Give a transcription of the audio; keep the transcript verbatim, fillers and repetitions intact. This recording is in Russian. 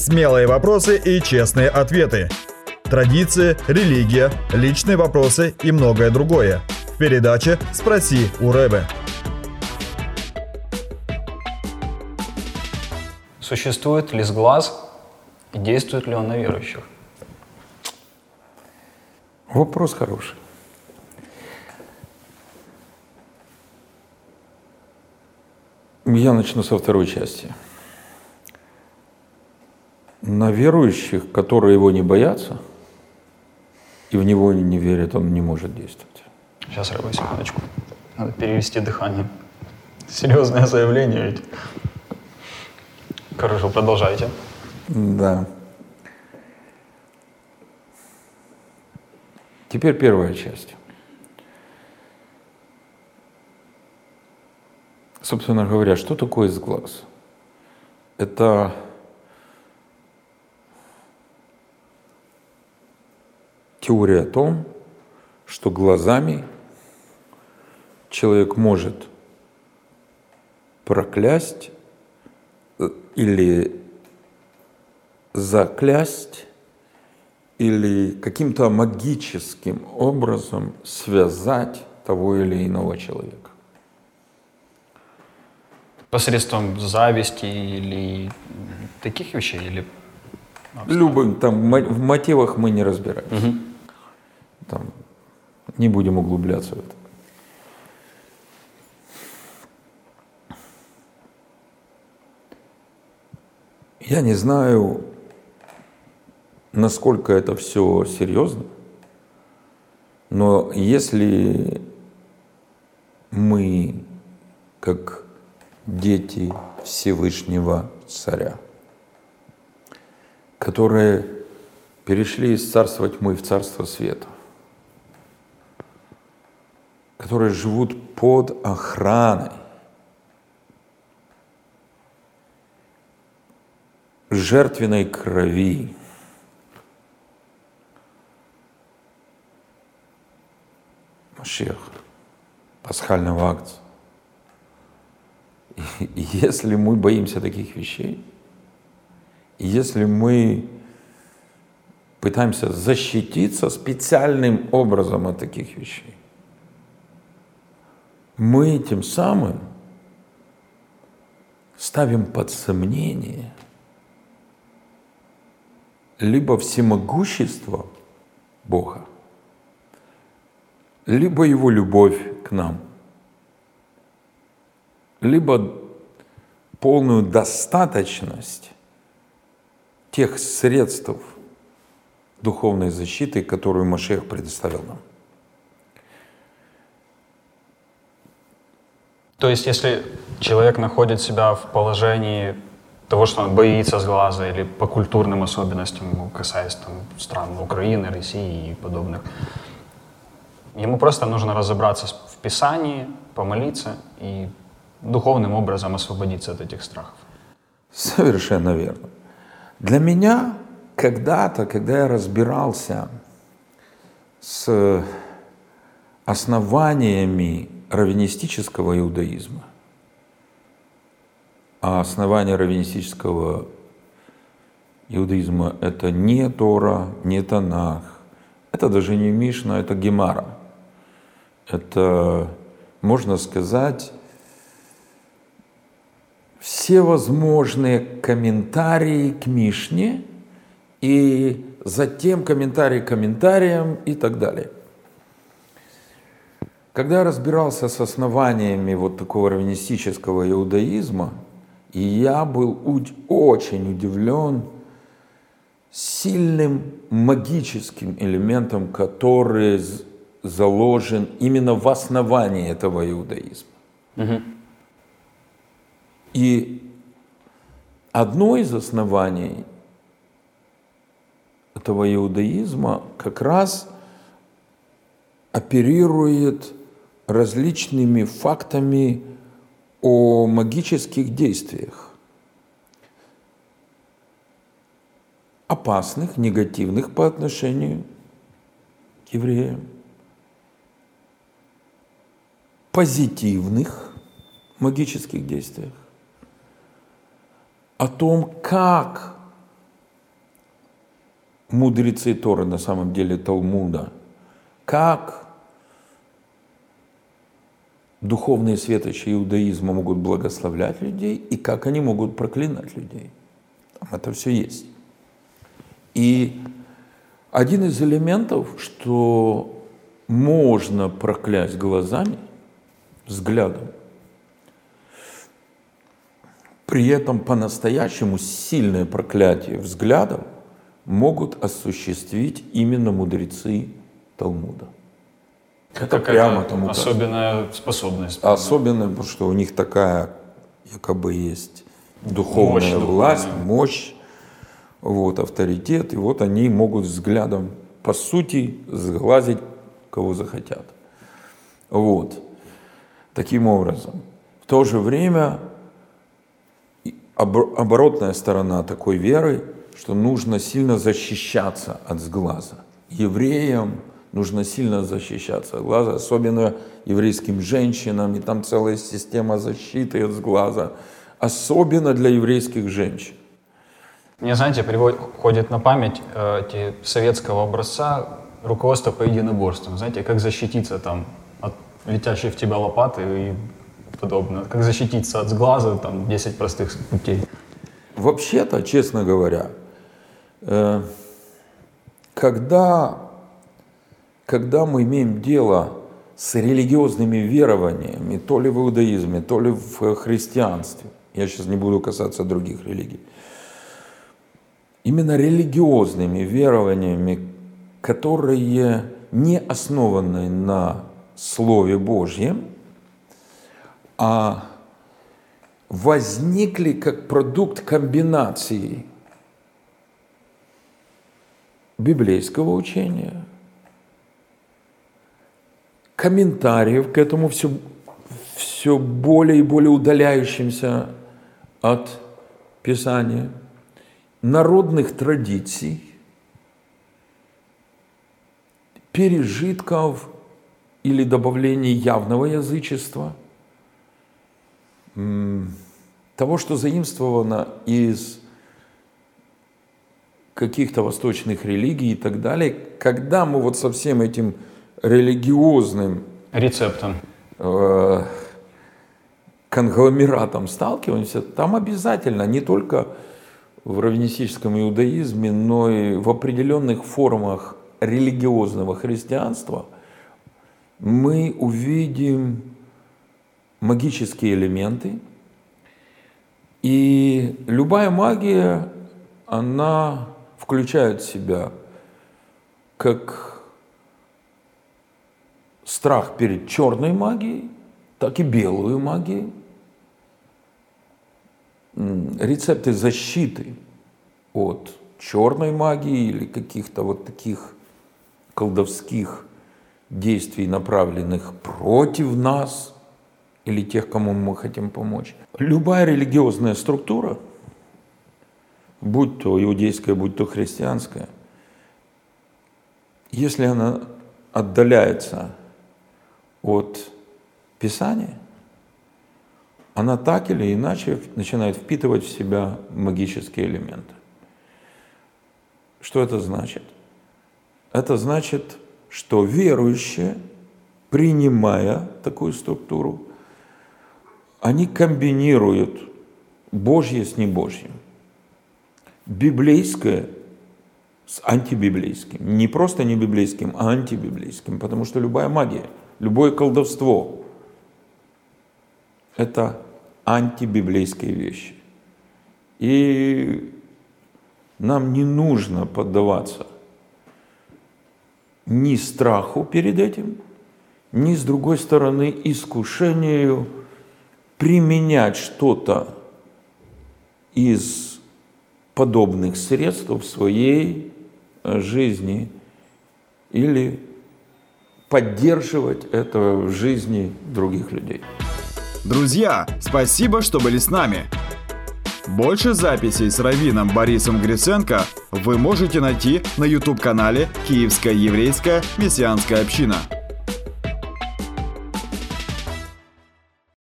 Смелые вопросы и честные ответы. Традиции, религия, личные вопросы и многое другое. В передаче «Спроси у Ребе». Существует ли сглаз и действует ли он на верующих? Вопрос хороший. Я начну со второй части. На верующих, которые его не боятся и в него не верят, он не может действовать. Сейчас, Ребе, секундочку. Надо перевести дыхание. Серьезное заявление ведь. Хорошо, продолжайте. Да. Теперь первая часть. Собственно говоря, что такое сглаз? Это теория о том, что глазами человек может проклясть или заклясть, или каким-то магическим образом связать того или иного человека. Посредством зависти или таких вещей? Или... Любым, там, в мотивах мы не разбираемся. Угу. Там, не будем углубляться в это. Я не знаю, насколько это все серьезно, но если мы, как дети Всевышнего Царя, которые перешли из царства тьмы в царство света, которые живут под охраной жертвенной крови, Машиах, пасхального акта. И если мы боимся таких вещей, и если мы пытаемся защититься специальным образом от таких вещей, мы тем самым ставим под сомнение либо всемогущество Бога, либо Его любовь к нам, либо полную достаточность тех средств духовной защиты, которую Машиах предоставил нам. То есть, если человек находит себя в положении того, что он боится сглаза или по культурным особенностям, касаясь там, стран Украины, России и подобных, ему просто нужно разобраться в Писании, помолиться и духовным образом освободиться от этих страхов. Совершенно верно. Для меня когда-то, когда я разбирался с основаниями раввинистического иудаизма, а основание раввинистического иудаизма — это не Тора, не Танах, это даже не Мишна, это Гемара. Это, можно сказать, все возможные комментарии к Мишне и затем комментарии к комментариям и так далее. Когда я разбирался с основаниями вот такого раввинистического иудаизма, и я был очень удивлен сильным магическим элементом, который заложен именно в основании этого иудаизма. Угу. И одно из оснований этого иудаизма как раз оперирует различными фактами о магических действиях, опасных, негативных по отношению к евреям, позитивных магических действиях, о том, как мудрецы Торы, на самом деле Талмуда, как духовные светочи иудаизма могут благословлять людей и как они могут проклинать людей. Там это все есть. И один из элементов, что можно проклясть глазами, взглядом, при этом по-настоящему сильное проклятие взглядом могут осуществить именно мудрецы Талмуда. Это прямо тому особенная способность. Особенно, потому что у них такая якобы есть духовная мощь, власть, духовная. мощь, вот, авторитет. И вот они могут взглядом, по сути, сглазить, кого захотят. Вот. Таким образом. В то же время оборотная сторона такой веры, что нужно сильно защищаться от сглаза. Евреям нужно сильно защищаться от глаза, особенно еврейским женщинам, и там целая система защиты от сглаза, особенно для еврейских женщин. Мне, знаете, приходит на память э, эти советского образца руководство по единоборствам. Знаете, как защититься там от летящей в тебя лопаты и подобное, как защититься от сглаза, там десять простых путей. Вообще-то, честно говоря, э, когда Когда мы имеем дело с религиозными верованиями, то ли в иудаизме, то ли в христианстве, я сейчас не буду касаться других религий, именно религиозными верованиями, которые не основаны на Слове Божьем, а возникли как продукт комбинации библейского учения, комментариев к этому все, все более и более удаляющимся от Писания, народных традиций, пережитков или добавлений явного язычества, того, что заимствовано из каких-то восточных религий и так далее. Когда мы вот со всем этим религиозным рецептом, э, конгломератом сталкиваемся, там обязательно не только в раввинистическом иудаизме, но и в определенных формах религиозного христианства мы увидим магические элементы. И любая магия, она включает в себя как страх перед черной магией, так и белую магию. Рецепты защиты от черной магии или каких-то вот таких колдовских действий, направленных против нас или тех, кому мы хотим помочь. Любая религиозная структура, будь то иудейская, будь то христианская, если она отдаляется от Писания, она так или иначе начинает впитывать в себя магические элементы. Что это значит? Это значит, что верующие, принимая такую структуру, они комбинируют Божье с небожьим, библейское с антибиблейским. Не просто не библейским, а антибиблейским, потому что любая магия, любое колдовство – это антибиблейские вещи. И нам не нужно поддаваться ни страху перед этим, ни, с другой стороны, искушению применять что-то из подобных средств в своей жизни или поддерживать это в жизни других людей. Друзья, спасибо, что были с нами. Больше записей с раввином Борисом Гриценко вы можете найти на YouTube-канале «Киевская еврейская мессианская община».